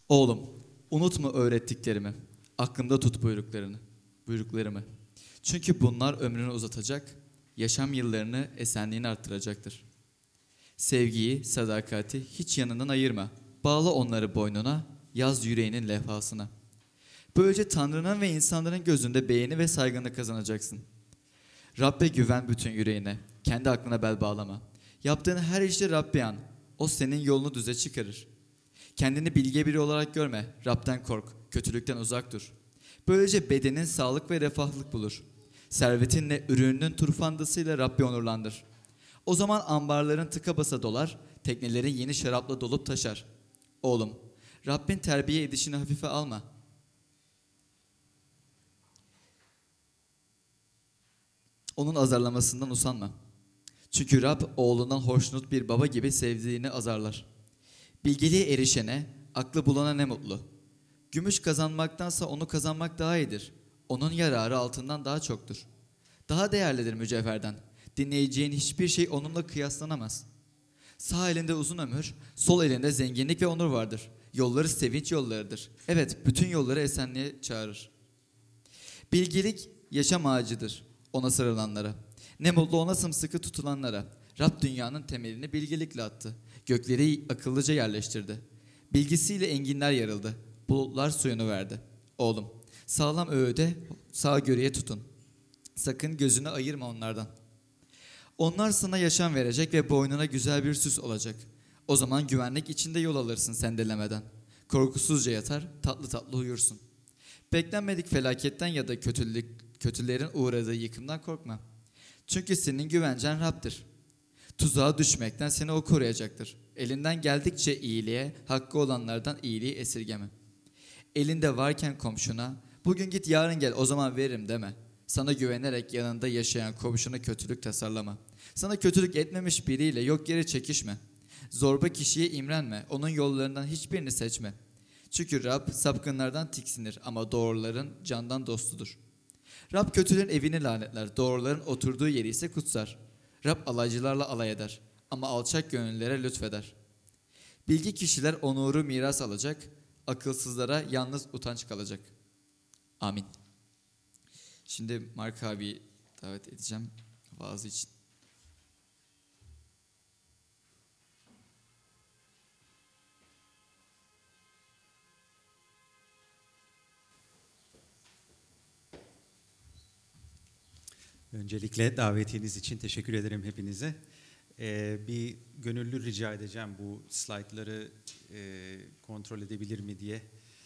Oğlum, unutma öğrettiklerimi, aklında tut buyruklarımı. Çünkü bunlar ömrünü uzatacak, yaşam yıllarını, esenliğini arttıracaktır. Sevgiyi, sadakati hiç yanından ayırma. Bağla onları boynuna, yaz yüreğinin levhasına. Böylece Tanrı'nın ve insanların gözünde beğeni ve saygınlık kazanacaksın. Rabbe güven bütün yüreğine, kendi aklına bel bağlama. Yaptığın her işte Rabbe an, o senin yolunu düze çıkarır. Kendini bilge biri olarak görme, Rab'den kork, kötülükten uzak dur. Böylece bedenin sağlık ve refahlık bulur. Servetinle, ürününün turfandasıyla Rabbi onurlandır. O zaman ambarların tıka basa dolar, teknelerin yeni şarapla dolup taşar. Oğlum, Rabbin terbiye edişini hafife alma. Onun azarlamasından usanma. Çünkü Rab oğlundan hoşnut bir baba gibi sevdiğini azarlar. Bilgeliğe erişene, aklı bulana ne mutlu. Gümüş kazanmaktansa onu kazanmak daha iyidir. Onun yararı altından daha çoktur. Daha değerlidir mücevherden. Dinleyeceğin hiçbir şey onunla kıyaslanamaz. Sağ elinde uzun ömür, sol elinde zenginlik ve onur vardır. Yolları sevinç yollarıdır. Evet, bütün yolları esenliğe çağırır. Bilgelik yaşam ağacıdır ona sarılanlara. Ne mutlu ona sımsıkı tutulanlara. Rab dünyanın temelini bilgelikle attı. Gökleri akıllıca yerleştirdi. Bilgisiyle enginler yarıldı. Bulutlar suyunu verdi. Oğlum, sağlam öğüde, sağ göreye tutun. Sakın gözünü ayırma onlardan. Onlar sana yaşam verecek ve boynuna güzel bir süs olacak. O zaman güvenlik içinde yol alırsın sendelemeden. Korkusuzca yatar, tatlı tatlı uyursun. Beklenmedik felaketten ya da kötülerin uğradığı yıkımdan korkma. Çünkü senin güvencen Rab'dir. Tuzağa düşmekten seni o koruyacaktır. Elinden geldikçe iyiliğe, hakkı olanlardan iyiliği esirgeme. Elinde varken komşuna, bugün git yarın gel o zaman veririm deme. Sana güvenerek yanında yaşayan komşuna kötülük tasarlama. Sana kötülük etmemiş biriyle yok yere çekişme. Zorba kişiye imrenme, onun yollarından hiçbirini seçme. Çünkü Rab sapkınlardan tiksinir ama doğruların candan dostudur. Rab kötülerin evini lanetler, doğruların oturduğu yeri ise kutsar. Rab alaycılarla alay eder ama alçak gönüllere lütfeder. Bilgi kişiler onuru miras alacak, akılsızlara yalnız utanç kalacak. Amin. Şimdi Mark abi davet edeceğim vaazı için. Öncelikle davetiniz için teşekkür ederim hepinize. Bir gönüllü rica edeceğim bu slaytları kontrol edebilir mi diye.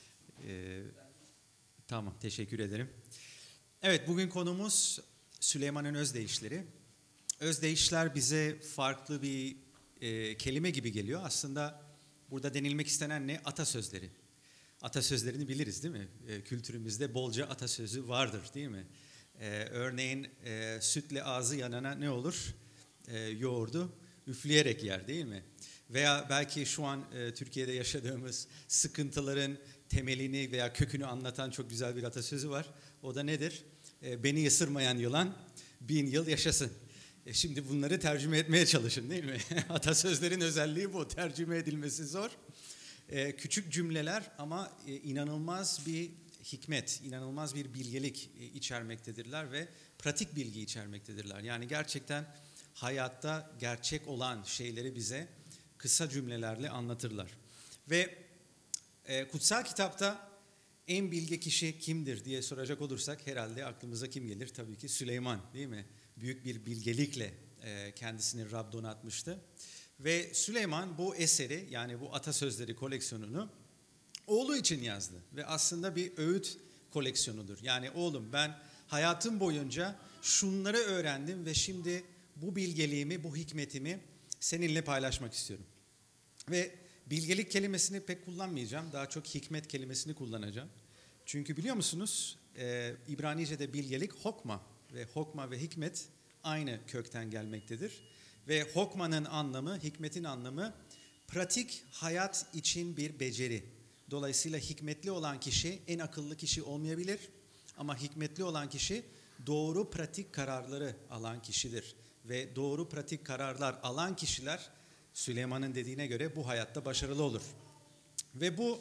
Tamam, teşekkür ederim. Evet, bugün konumuz Süleyman'ın özdeyişleri. Özdeyişler bize farklı bir kelime gibi geliyor. Aslında burada denilmek istenen ne? Atasözleri. Atasözlerini biliriz değil mi? Kültürümüzde bolca atasözü vardır değil mi? Örneğin sütle ağzı yanana ne olur? Yoğurdu üfleyerek yer değil mi? Veya belki şu an Türkiye'de yaşadığımız sıkıntıların temelini veya kökünü anlatan çok güzel bir atasözü var. O da nedir? Beni ısırmayan yılan 1000 yıl yaşasın. Şimdi bunları tercüme etmeye çalışın değil mi? Atasözlerin özelliği bu. Tercüme edilmesi zor. Küçük cümleler ama inanılmaz bir hikmet, inanılmaz bir bilgelik içermektedirler ve pratik bilgi içermektedirler. Yani gerçekten hayatta gerçek olan şeyleri bize kısa cümlelerle anlatırlar. Ve kutsal kitapta en bilge kişi kimdir diye soracak olursak herhalde aklımıza kim gelir? Tabii ki Süleyman değil mi? Büyük bir bilgelikle kendisini Rab donatmıştı. Ve Süleyman bu eseri yani bu atasözleri koleksiyonunu oğlu için yazdı. Ve aslında bir öğüt koleksiyonudur. Yani oğlum ben hayatım boyunca şunları öğrendim ve şimdi bu bilgeliğimi, bu hikmetimi seninle paylaşmak istiyorum. Ve bilgelik kelimesini pek kullanmayacağım. Daha çok hikmet kelimesini kullanacağım. Çünkü biliyor musunuz İbranice'de bilgelik hokma ve hokma ve hikmet aynı kökten gelmektedir. Ve hokmanın anlamı, hikmetin anlamı pratik hayat için bir beceri. Dolayısıyla hikmetli olan kişi en akıllı kişi olmayabilir ama hikmetli olan kişi doğru pratik kararları alan kişidir. Ve doğru pratik kararlar alan kişiler Süleyman'ın dediğine göre bu hayatta başarılı olur. Ve bu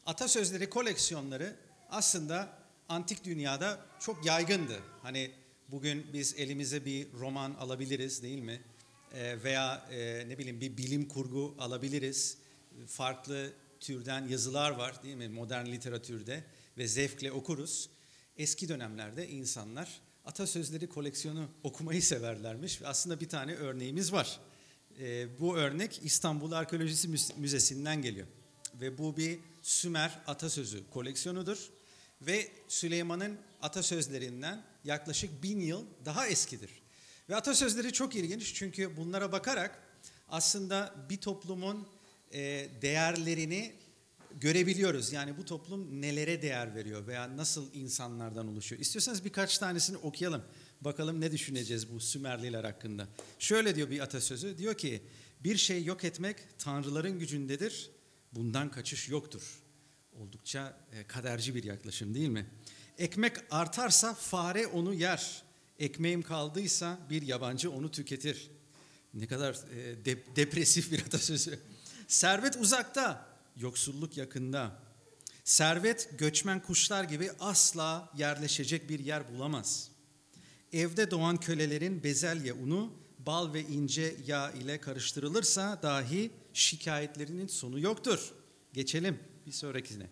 Atasözleri koleksiyonları aslında antik dünyada çok yaygındı. Hani bugün biz elimize bir roman alabiliriz değil mi? Veya ne bileyim bir bilim kurgu alabiliriz. Farklı türden yazılar var değil mi modern literatürde ve zevkle okuruz. Eski dönemlerde insanlar atasözleri koleksiyonu okumayı severlermiş. Aslında bir tane örneğimiz var. Bu örnek İstanbul Arkeolojisi Müzesi'nden geliyor. Ve bu bir Sümer atasözü koleksiyonudur. Ve Süleyman'ın atasözlerinden yaklaşık 1000 yıl daha eskidir. Ve atasözleri çok ilginç çünkü bunlara bakarak aslında bir toplumun değerlerini görebiliyoruz. Yani bu toplum nelere değer veriyor veya nasıl insanlardan oluşuyor. İstiyorsanız birkaç tanesini okuyalım. Bakalım ne düşüneceğiz bu Sümerliler hakkında. Şöyle diyor bir atasözü. Diyor ki bir şey yok etmek tanrıların gücündedir. Bundan kaçış yoktur. Oldukça kaderci bir yaklaşım değil mi? Ekmek artarsa fare onu yer. Ekmeğim kaldıysa bir yabancı onu tüketir. Ne kadar depresif bir atasözü. Servet uzakta, yoksulluk yakında. Servet göçmen kuşlar gibi asla yerleşecek bir yer bulamaz. Evde doğan kölelerin bezelye unu, bal ve ince yağ ile karıştırılırsa dahi şikayetlerinin sonu yoktur. Geçelim bir sonrakine.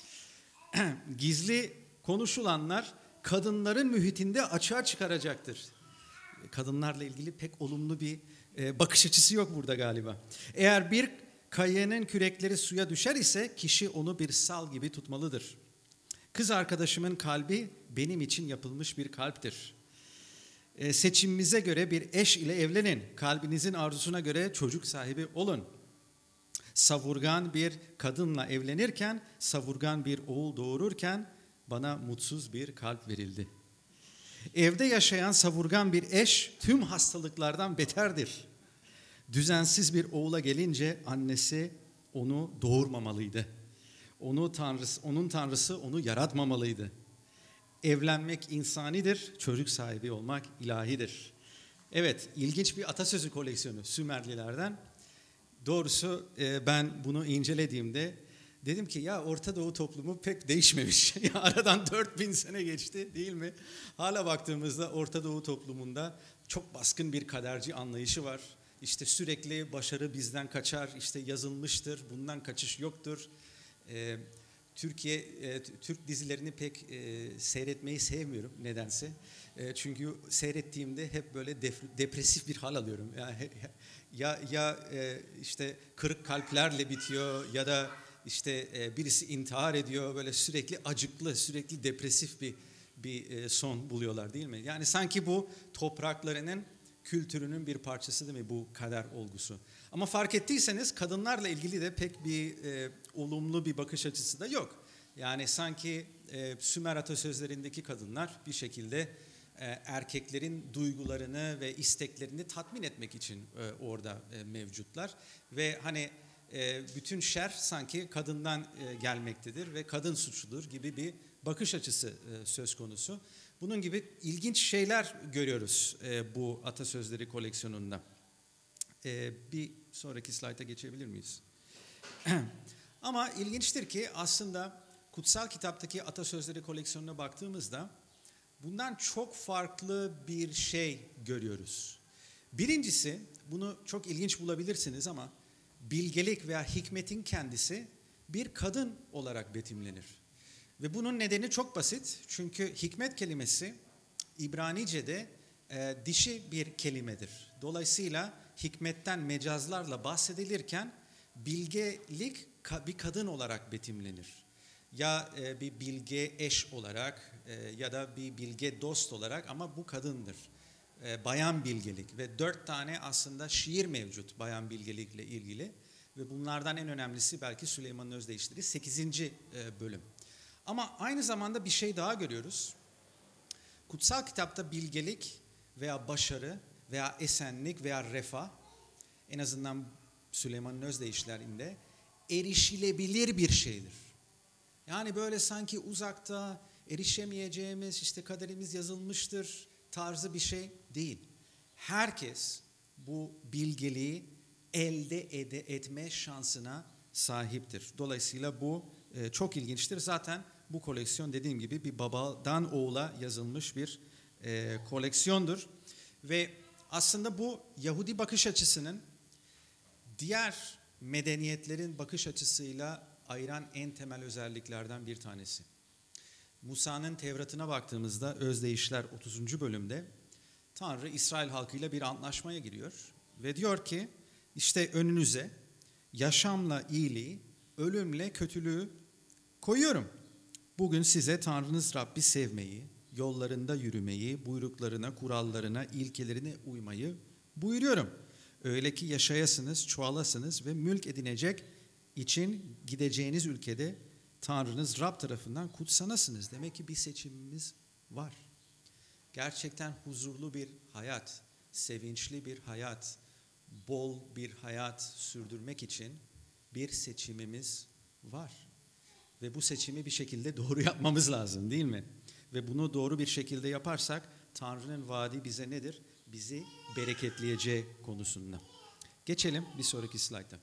Gizli konuşulanlar kadınların mühitinde açığa çıkaracaktır. Kadınlarla ilgili pek olumlu bir bakış açısı yok burada galiba. Eğer bir kayanın kürekleri suya düşer ise kişi onu bir sal gibi tutmalıdır. Kız arkadaşımın kalbi benim için yapılmış bir kalptir. Seçimimize göre bir eş ile evlenin. Kalbinizin arzusuna göre çocuk sahibi olun. Savurgan bir kadınla evlenirken, savurgan bir oğul doğururken bana mutsuz bir kalp verildi. Evde yaşayan savurgan bir eş tüm hastalıklardan beterdir. Düzensiz bir oğula gelince annesi onu doğurmamalıydı. Onun tanrısı onu yaratmamalıydı. Evlenmek insanidir, çocuk sahibi olmak ilahidir. Evet, ilginç bir atasözü koleksiyonu Sümerlilerden. Doğrusu ben bunu incelediğimde dedim ki ya Orta Doğu toplumu pek değişmemiş. Ya aradan 4000 sene geçti değil mi? Hala baktığımızda Orta Doğu toplumunda çok baskın bir kaderci anlayışı var. İşte sürekli başarı bizden kaçar, işte yazılmıştır, bundan kaçış yoktur. Türk dizilerini pek seyretmeyi sevmiyorum nedense. Çünkü seyrettiğimde hep böyle depresif bir hal alıyorum. Yani işte kırık kalplerle bitiyor ya da işte birisi intihar ediyor, böyle sürekli acıklı, sürekli depresif bir son buluyorlar değil mi? Yani sanki bu topraklarının kültürünün bir parçası değil mi bu kader olgusu? Ama fark ettiyseniz kadınlarla ilgili de pek bir olumlu bir bakış açısı da yok. Yani sanki Sümer atasözlerindeki kadınlar bir şekilde erkeklerin duygularını ve isteklerini tatmin etmek için orada mevcutlar. Ve hani bütün şer sanki kadından gelmektedir ve kadın suçludur gibi bir bakış açısı söz konusu. Bunun gibi ilginç şeyler görüyoruz bu atasözleri koleksiyonunda. Bir sonraki slayta geçebilir miyiz? Ama ilginçtir ki aslında kutsal kitaptaki atasözleri koleksiyonuna baktığımızda bundan çok farklı bir şey görüyoruz. Birincisi, bunu çok ilginç bulabilirsiniz ama bilgelik veya hikmetin kendisi bir kadın olarak betimlenir. Ve bunun nedeni çok basit. Çünkü hikmet kelimesi İbranice'de dişi bir kelimedir. Dolayısıyla hikmetten mecazlarla bahsedilirken bilgelik bir kadın olarak betimlenir. Ya bir bilge eş olarak ya da bir bilge dost olarak ama bu kadındır. Bayan bilgelik ve 4 tane aslında şiir mevcut bayan bilgelikle ilgili. Ve bunlardan en önemlisi belki Süleyman'ın Özdeyişleri 8. bölüm. Ama aynı zamanda bir şey daha görüyoruz. Kutsal kitapta bilgelik veya başarı veya esenlik veya refah en azından Süleyman'ın Özdeyişlerinde erişilebilir bir şeydir. Yani böyle sanki uzakta erişemeyeceğimiz işte kaderimiz yazılmıştır tarzı bir şey değil. Herkes bu bilgeliği elde etme şansına sahiptir. Dolayısıyla bu çok ilginçtir. Zaten bu koleksiyon dediğim gibi bir babadan oğula yazılmış bir koleksiyondur. Ve aslında bu Yahudi bakış açısının diğer medeniyetlerin bakış açısıyla ayıran en temel özelliklerden bir tanesi. Musa'nın Tevrat'ına baktığımızda Özdeyişler 30. bölümde Tanrı İsrail halkıyla bir antlaşmaya giriyor ve diyor ki işte önünüze yaşamla iyiliği, ölümle kötülüğü koyuyorum. Bugün size Tanrınız Rabbi sevmeyi, yollarında yürümeyi, buyruklarına, kurallarına, ilkelerine uymayı buyuruyorum. Öyle ki yaşayasınız, çoğalasınız ve mülk edinecek için gideceğiniz ülkede Tanrınız Rab tarafından kutsanasınız. Demek ki bir seçimimiz var. Gerçekten huzurlu bir hayat, sevinçli bir hayat, bol bir hayat sürdürmek için bir seçimimiz var. Ve bu seçimi bir şekilde doğru yapmamız lazım, değil mi? Ve bunu doğru bir şekilde yaparsak Tanrı'nın vaadi bize nedir? Bizi bereketleyeceği konusunda. Geçelim bir sonraki slayta.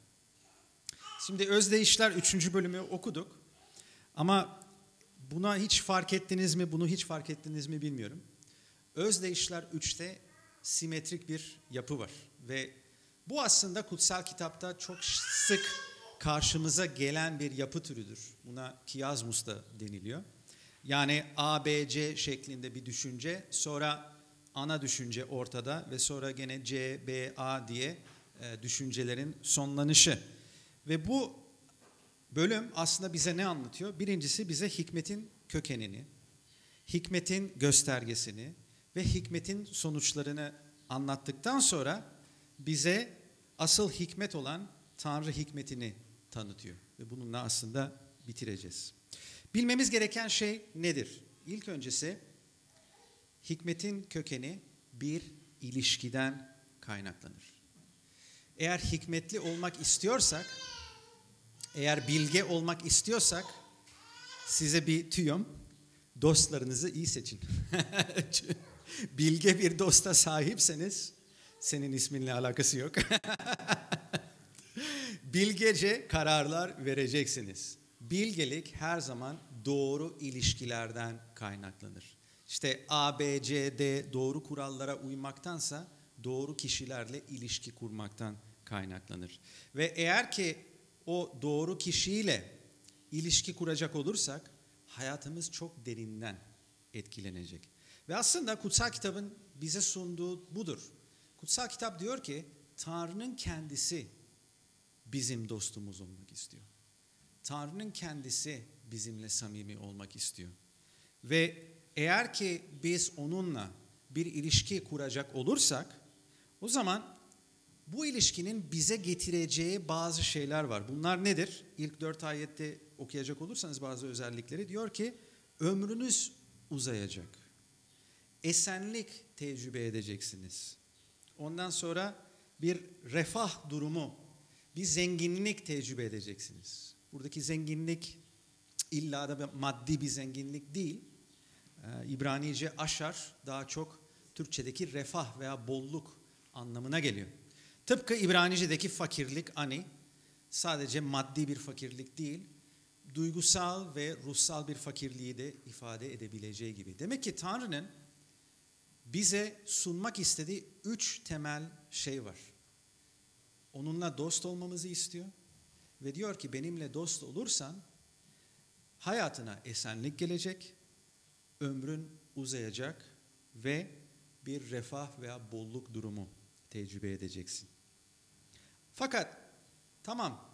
Şimdi Özdeyişler 3. bölümü okuduk. Ama buna hiç fark ettiniz mi, bunu hiç fark ettiniz mi bilmiyorum. Özdeyişler 3'te simetrik bir yapı var. Ve bu aslında kutsal kitapta çok sık karşımıza gelen bir yapı türüdür. Buna kiazmus da deniliyor. Yani A, B, C şeklinde bir düşünce, sonra ana düşünce ortada ve sonra gene C, B, A diye düşüncelerin sonlanışı. Ve bu bölüm aslında bize ne anlatıyor? Birincisi bize hikmetin kökenini, hikmetin göstergesini ve hikmetin sonuçlarını anlattıktan sonra bize asıl hikmet olan Tanrı hikmetini tanıtıyor. Ve bununla aslında bitireceğiz. Bilmemiz gereken şey nedir? İlk öncesi hikmetin kökeni bir ilişkiden kaynaklanır. Eğer hikmetli olmak istiyorsak, eğer bilge olmak istiyorsak size bir tüyom, dostlarınızı iyi seçin. Bilge bir dosta sahipseniz senin isminle alakası yok. Bilgece kararlar vereceksiniz. Bilgelik her zaman doğru ilişkilerden kaynaklanır. İşte A, B, C, D doğru kurallara uymaktansa doğru kişilerle ilişki kurmaktan kaynaklanır. Ve eğer ki o doğru kişiyle ilişki kuracak olursak hayatımız çok derinden etkilenecek. Ve aslında kutsal kitabın bize sunduğu budur. Kutsal kitap diyor ki Tanrı'nın kendisi bizim dostumuz olmak istiyor. Tanrı'nın kendisi bizimle samimi olmak istiyor. Ve eğer ki biz onunla bir ilişki kuracak olursak o zaman bu ilişkinin bize getireceği bazı şeyler var. Bunlar nedir? İlk 4 ayette okuyacak olursanız bazı özellikleri diyor ki ömrünüz uzayacak. Esenlik tecrübe edeceksiniz. Ondan sonra bir refah durumu, bir zenginlik tecrübe edeceksiniz. Buradaki zenginlik illa da maddi bir zenginlik değil. İbranice aşar daha çok Türkçedeki refah veya bolluk anlamına geliyor. Tıpkı İbranice'deki fakirlik ani sadece maddi bir fakirlik değil, duygusal ve ruhsal bir fakirliği de ifade edebileceği gibi. Demek ki Tanrı'nın bize sunmak istediği 3 temel şey var. Onunla dost olmamızı istiyor ve diyor ki benimle dost olursan hayatına esenlik gelecek, ömrün uzayacak ve bir refah veya bolluk durumu tecrübe edeceksin. Fakat tamam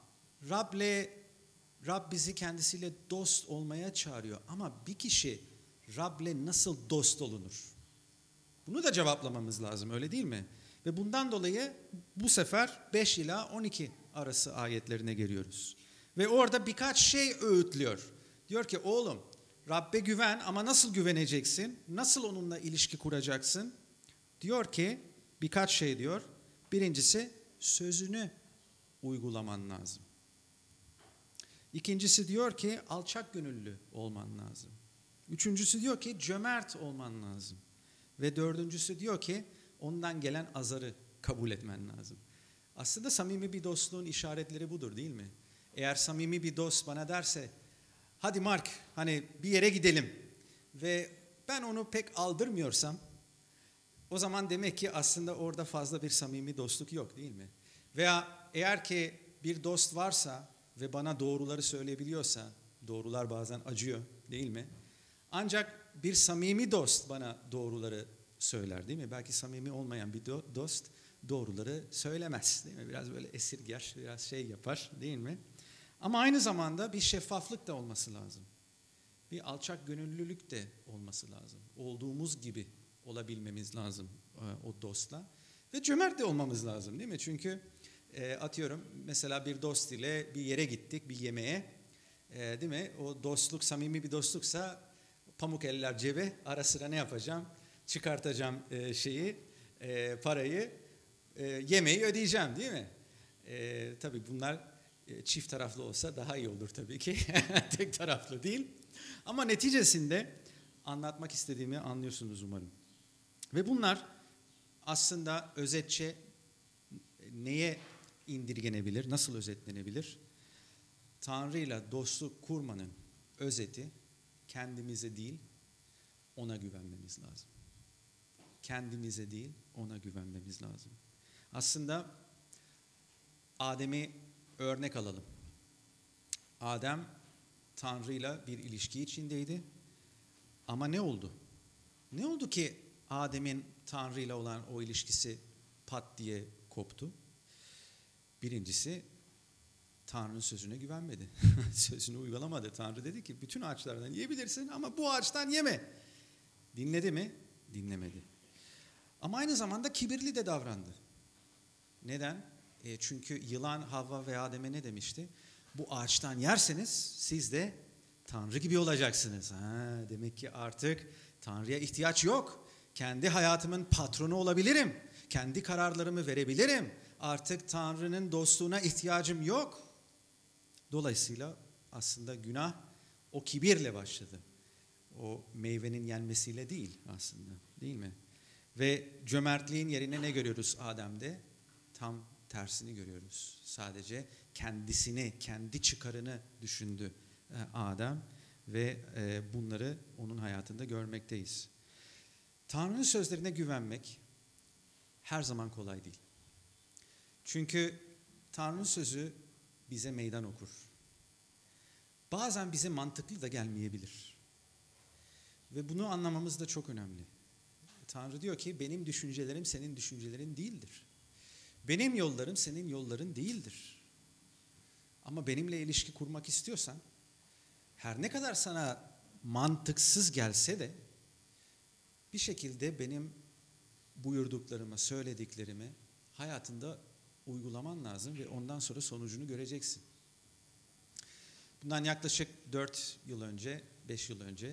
Rab bizi kendisiyle dost olmaya çağırıyor ama bir kişi Rab'le nasıl dost olunur? Bunu da cevaplamamız lazım öyle değil mi? Ve bundan dolayı bu sefer 5 ila 12 arası ayetlerine geliyoruz. Ve orada birkaç şey öğütlüyor. Diyor ki oğlum Rab'be güven ama nasıl güveneceksin? Nasıl onunla ilişki kuracaksın? Diyor ki birkaç şey diyor. Birincisi sözünü uygulaman lazım. İkincisi diyor ki alçak gönüllü olman lazım. Üçüncüsü diyor ki cömert olman lazım. Ve dördüncüsü diyor ki ondan gelen azarı kabul etmen lazım. Aslında samimi bir dostluğun işaretleri budur değil mi? Eğer samimi bir dost bana derse hadi Mark hani bir yere gidelim ve ben onu pek aldırmıyorsam o zaman demek ki aslında orada fazla bir samimi dostluk yok değil mi? Veya eğer ki bir dost varsa ve bana doğruları söyleyebiliyorsa, doğrular bazen acıyor değil mi? Ancak bir samimi dost bana doğruları söyler değil mi? Belki samimi olmayan bir dost doğruları söylemez değil mi? Biraz böyle esirger, biraz şey yapar değil mi? Ama aynı zamanda bir şeffaflık da olması lazım. Bir alçak gönüllülük de olması lazım. Olduğumuz gibi olabilmemiz lazım o dostla. Ve cömert de olmamız lazım değil mi? Çünkü atıyorum mesela bir dost ile bir yere gittik bir yemeğe değil mi? O dostluk samimi bir dostluksa pamuk eller cebe ara sıra ne yapacağım? Çıkartacağım parayı yemeği ödeyeceğim değil mi? Tabii bunlar çift taraflı olsa daha iyi olur tabii ki. Tek taraflı değil. Ama neticesinde anlatmak istediğimi anlıyorsunuz umarım. Ve bunlar aslında özetçe neye indirgenebilir, nasıl özetlenebilir? Tanrı'yla dostluk kurmanın özeti kendimize değil, ona güvenmemiz lazım. Kendimize değil, ona güvenmemiz lazım. Aslında Adem'i örnek alalım. Adem Tanrı'yla bir ilişki içindeydi. Ama ne oldu? Ne oldu ki Adem'in Tanrı'yla olan o ilişkisi pat diye koptu? Birincisi Tanrı'nın sözüne güvenmedi. Sözünü uygulamadı. Tanrı dedi ki bütün ağaçlardan yiyebilirsin ama bu ağaçtan yeme. Dinledi mi? Dinlemedi. Ama aynı zamanda kibirli de davrandı. Neden? Çünkü yılan Havva ve Adem'e ne demişti? Bu ağaçtan yerseniz siz de Tanrı gibi olacaksınız. Demek ki artık Tanrı'ya ihtiyaç yok. Kendi hayatımın patronu olabilirim. Kendi kararlarımı verebilirim. Artık Tanrı'nın dostluğuna ihtiyacım yok. Dolayısıyla aslında günah o kibirle başladı. O meyvenin yenmesiyle değil aslında, değil mi? Ve cömertliğin yerine ne görüyoruz Adem'de? Tam tersini görüyoruz. Sadece kendisini, kendi çıkarını düşündü Adem ve bunları onun hayatında görmekteyiz. Tanrı'nın sözlerine güvenmek her zaman kolay değil. Çünkü Tanrı'nın sözü bize meydan okur. Bazen bize mantıklı da gelmeyebilir. Ve bunu anlamamız da çok önemli. Tanrı diyor ki benim düşüncelerim senin düşüncelerin değildir. Benim yollarım senin yolların değildir. Ama benimle ilişki kurmak istiyorsan her ne kadar sana mantıksız gelse de bir şekilde benim buyurduklarımı, söylediklerimi hayatında uygulaman lazım ve ondan sonra sonucunu göreceksin. Bundan yaklaşık 4 yıl önce, 5 yıl önce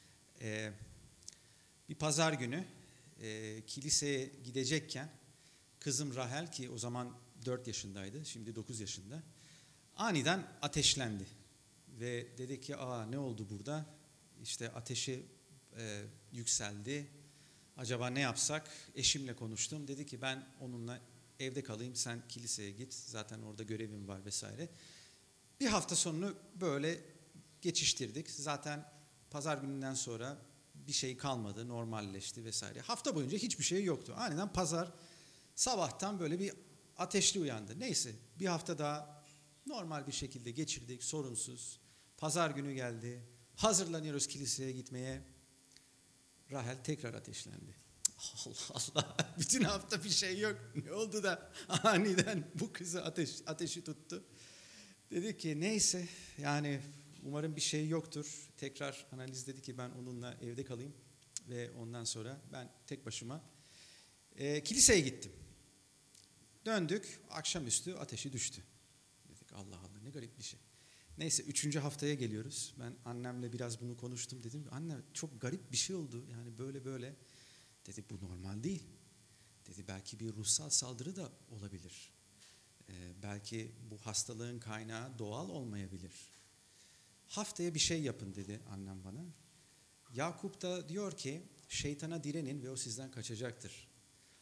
bir pazar günü kiliseye gidecekken kızım Rahel ki o zaman 4 yaşındaydı, şimdi 9 yaşında aniden ateşlendi. Ve dedi ki ne oldu burada? İşte ateşi yükseldi. Acaba ne yapsak? Eşimle konuştum. Dedi ki ben onunla evde kalayım sen kiliseye git. Zaten orada görevim var vesaire. Bir hafta sonunu böyle geçiştirdik. Zaten pazar gününden sonra bir şey kalmadı. Normalleşti vesaire. Hafta boyunca hiçbir şey yoktu. Aniden pazar sabahtan böyle bir ateşli uyandı. Neyse bir hafta daha normal bir şekilde geçirdik. Sorunsuz. Pazar günü geldi. Hazırlanıyoruz kiliseye gitmeye. Rahel tekrar ateşlendi. Allah Allah. Bütün hafta bir şey yok. Ne oldu da aniden bu kızı ateşi tuttu. Dedi ki neyse yani umarım bir şey yoktur. Tekrar analiz dedi ki ben onunla evde kalayım. Ve ondan sonra ben tek başıma kiliseye gittim. Döndük. Akşamüstü ateşi düştü. Dedik Allah Allah ne garip bir şey. Neyse 3. haftaya geliyoruz. Ben annemle biraz bunu konuştum. Dedim anne çok garip bir şey oldu. Yani böyle. Dedi bu normal değil. Dedi belki bir ruhsal saldırı da olabilir. Belki bu hastalığın kaynağı doğal olmayabilir. Haftaya bir şey yapın dedi annem bana. Yakup da diyor ki şeytana direnin ve o sizden kaçacaktır.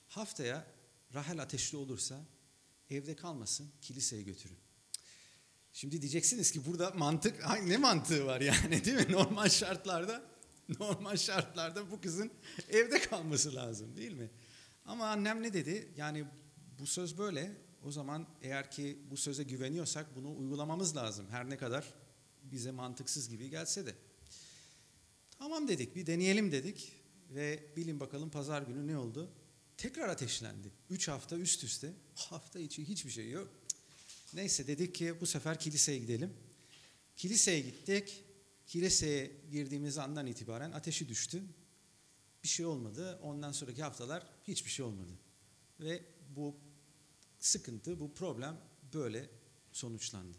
Haftaya Rahel ateşli olursa evde kalmasın kiliseye götürün. Şimdi diyeceksiniz ki burada mantık, ne mantığı var yani, değil mi? Normal şartlarda bu kızın evde kalması lazım, değil mi? Ama annem ne dedi? Yani bu söz böyle. O zaman eğer ki bu söze güveniyorsak bunu uygulamamız lazım. Her ne kadar bize mantıksız gibi gelse de. Tamam dedik, bir deneyelim dedik. Ve bilin bakalım pazar günü ne oldu? Tekrar ateşlendi. 3 hafta üst üste. Hafta içi hiçbir şey yok. Neyse dedik ki bu sefer kiliseye gidelim. Kiliseye gittik. Kiliseye girdiğimiz andan itibaren ateşi düştü. Bir şey olmadı. Ondan sonraki haftalar hiçbir şey olmadı. Ve bu sıkıntı, bu problem böyle sonuçlandı.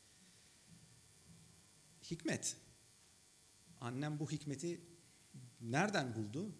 Hikmet. Annem bu hikmeti nereden buldu?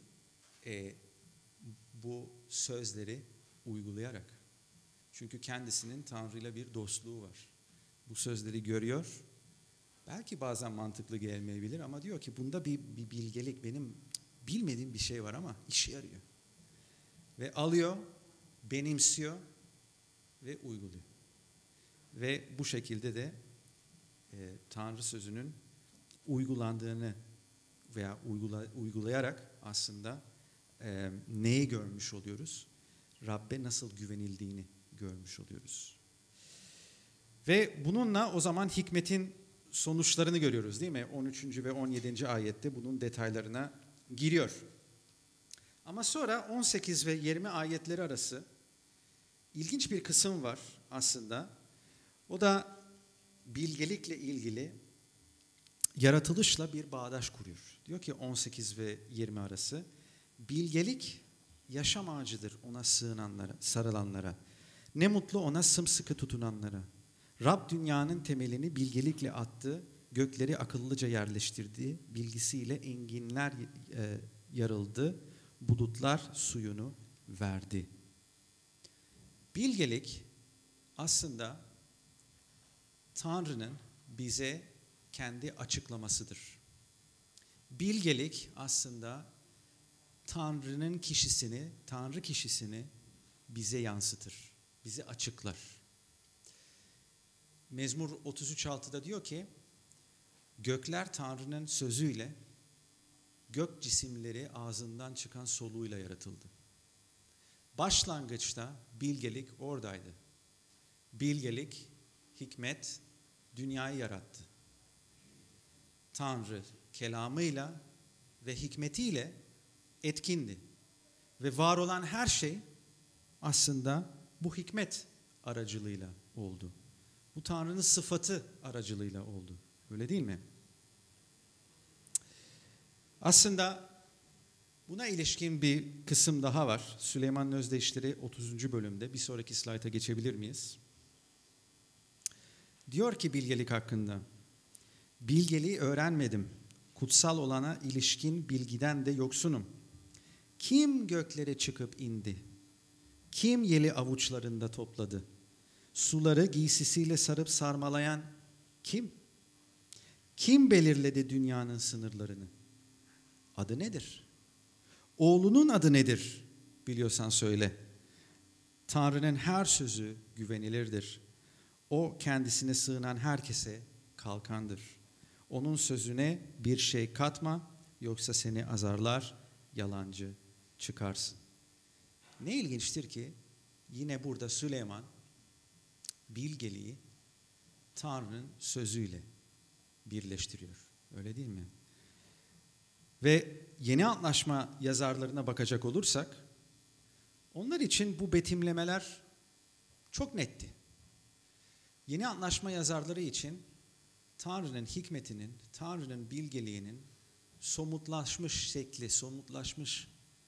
Bu sözleri uygulayarak. Çünkü kendisinin Tanrı'yla bir dostluğu var. Bu sözleri görüyor. Belki bazen mantıklı gelmeyebilir ama diyor ki bunda bir bilgelik, benim bilmediğim bir şey var ama işe yarıyor. Ve alıyor, benimsiyor ve uyguluyor. Ve bu şekilde de Tanrı sözünün uygulandığını veya uygulayarak aslında neyi görmüş oluyoruz? Rabbe nasıl güvenildiğini görmüş oluyoruz. Ve bununla o zaman hikmetin sonuçlarını görüyoruz, değil mi? 13. ve 17. ayette bunun detaylarına giriyor. Ama sonra 18 ve 20 ayetleri arası ilginç bir kısım var aslında. O da bilgelikle ilgili yaratılışla bir bağdaş kuruyor. Diyor ki 18 ve 20 arası, bilgelik yaşam ağacıdır ona sığınanlara, sarılanlara. Ne mutlu ona sımsıkı tutunanlara. Rab dünyanın temelini bilgelikle attı, gökleri akıllıca yerleştirdi, bilgisiyle enginler yarıldı, bulutlar suyunu verdi. Bilgelik aslında Tanrı'nın bize kendi açıklamasıdır. Bilgelik aslında Tanrı'nın kişisini, Tanrı kişisini bize yansıtır, bize açıklar. Mezmur 33:6'da diyor ki, gökler Tanrı'nın sözüyle, gök cisimleri ağzından çıkan soluğuyla yaratıldı. Başlangıçta bilgelik oradaydı. Bilgelik, hikmet dünyayı yarattı. Tanrı kelamıyla ve hikmetiyle etkindi. Ve var olan her şey aslında bu hikmet aracılığıyla oldu. Bu Tanrı'nın sıfatı aracılığıyla oldu. Öyle değil mi? Aslında buna ilişkin bir kısım daha var. Süleyman'ın Özdeyişleri 30. bölümde. Bir sonraki slayta geçebilir miyiz? Diyor ki bilgelik hakkında, bilgeliği öğrenmedim. Kutsal olana ilişkin bilgiden de yoksunum. Kim göklere çıkıp indi? Kim yeli avuçlarında topladı? Suları giysisiyle sarıp sarmalayan kim? Kim belirledi dünyanın sınırlarını? Adı nedir? Oğlunun adı nedir? Biliyorsan söyle. Tanrı'nın her sözü güvenilirdir. O kendisine sığınan herkese kalkandır. Onun sözüne bir şey katma, yoksa seni azarlar, yalancı çıkarsın. Ne ilginçtir ki yine burada Süleyman bilgeliği Tanrı'nın sözüyle birleştiriyor. Öyle değil mi? Ve Yeni Antlaşma yazarlarına bakacak olursak, onlar için bu betimlemeler çok netti. Yeni Antlaşma yazarları için Tanrı'nın hikmetinin, Tanrı'nın bilgeliğinin somutlaşmış şekli, somutlaşmış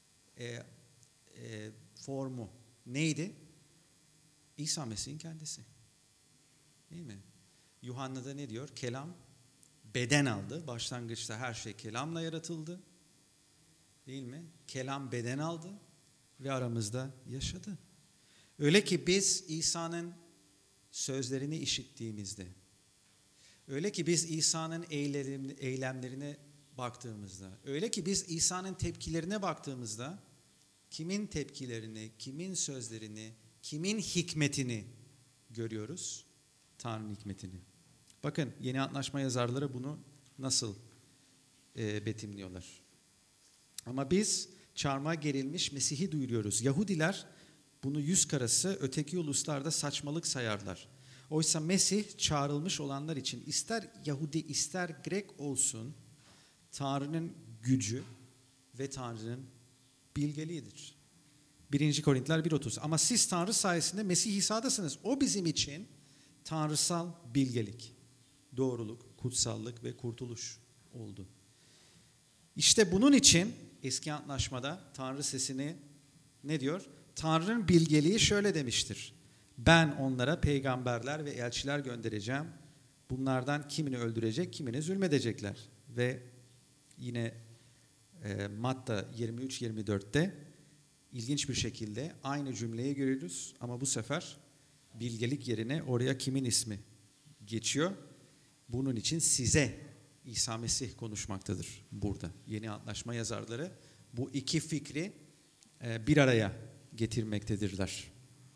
formu neydi? İsa Mesih'in kendisi. Değil mi? Yuhanna'da ne diyor? Kelam beden aldı. Başlangıçta her şey kelamla yaratıldı. Değil mi? Kelam beden aldı ve aramızda yaşadı. Öyle ki biz İsa'nın sözlerini işittiğimizde, öyle ki biz İsa'nın eylemlerine baktığımızda, öyle ki biz İsa'nın tepkilerine baktığımızda, kimin tepkilerini, kimin sözlerini, kimin hikmetini görüyoruz? Tanrı'nın hikmetini. Bakın Yeni Antlaşma yazarları bunu nasıl betimliyorlar. Ama biz çarmıha gerilmiş Mesih'i duyuruyoruz. Yahudiler bunu yüz karası, öteki uluslarda saçmalık sayarlar. Oysa Mesih çağrılmış olanlar için ister Yahudi ister Grek olsun Tanrı'nın gücü ve Tanrı'nın bilgeliğidir. 1. Korintiler 1.30. Ama siz Tanrı sayesinde Mesih İsa'dasınız. O bizim için tanrısal bilgelik, doğruluk, kutsallık ve kurtuluş oldu. İşte bunun için eski antlaşmada Tanrı sesini ne diyor? Tanrı'nın bilgeliği şöyle demiştir. Ben onlara peygamberler ve elçiler göndereceğim. Bunlardan kimini öldürecek, kimini zulmedecekler. Ve yine Matta 23-24'te ilginç bir şekilde aynı cümleyi görüyoruz. Ama bu sefer bilgelik yerine oraya kimin ismi geçiyor? Bunun için size İsa Mesih konuşmaktadır burada. Yeni Antlaşma yazarları bu iki fikri bir araya getirmektedirler.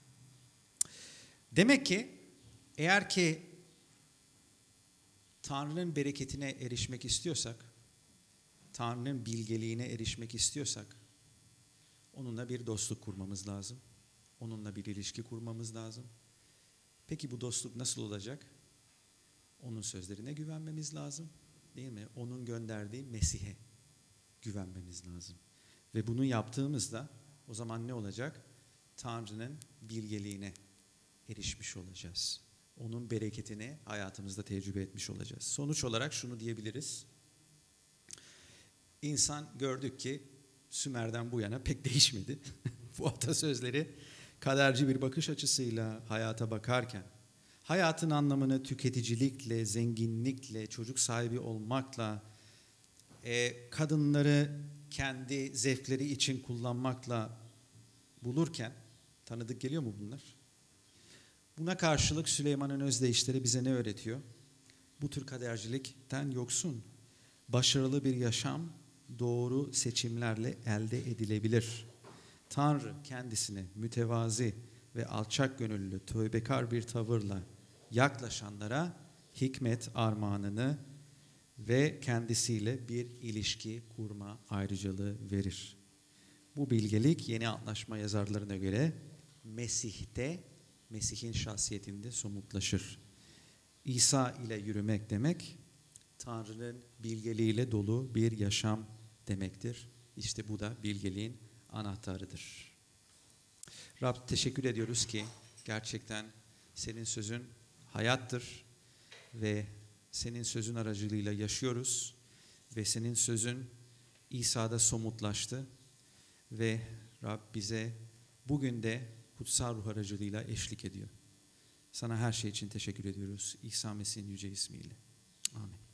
Demek ki eğer ki Tanrı'nın bereketine erişmek istiyorsak, Tanrı'nın bilgeliğine erişmek istiyorsak, onunla bir dostluk kurmamız lazım. Onunla bir ilişki kurmamız lazım. Peki bu dostluk nasıl olacak? Onun sözlerine güvenmemiz lazım. Değil mi? Onun gönderdiği Mesih'e güvenmemiz lazım. Ve bunu yaptığımızda o zaman ne olacak? Tanrı'nın bilgeliğine erişmiş olacağız. Onun bereketini hayatımızda tecrübe etmiş olacağız. Sonuç olarak şunu diyebiliriz. İnsan gördük ki Sümer'den bu yana pek değişmedi. Bu atasözleri kaderci bir bakış açısıyla hayata bakarken, hayatın anlamını tüketicilikle, zenginlikle, çocuk sahibi olmakla, kadınları kendi zevkleri için kullanmakla bulurken, tanıdık geliyor mu bunlar? Buna karşılık Süleyman'ın özdeyişleri bize ne öğretiyor? Bu tür kadercilikten yoksun, başarılı bir yaşam doğru seçimlerle elde edilebilir. Tanrı kendisine mütevazi ve alçak gönüllü, tövbekar bir tavırla yaklaşanlara hikmet armağanını ve kendisiyle bir ilişki kurma ayrıcalığı verir. Bu bilgelik Yeni Antlaşma yazarlarına göre Mesih'te, Mesih'in şahsiyetinde somutlaşır. İsa ile yürümek demek, Tanrı'nın bilgeliğiyle dolu bir yaşam demektir. İşte bu da bilgeliğin anahtarıdır. Rab teşekkür ediyoruz ki gerçekten senin sözün hayattır ve senin sözün aracılığıyla yaşıyoruz ve senin sözün İsa'da somutlaştı ve Rab bize bugün de kutsal ruh aracılığıyla eşlik ediyor. Sana her şey için teşekkür ediyoruz. İsa Mesih'in yüce ismiyle. Amin.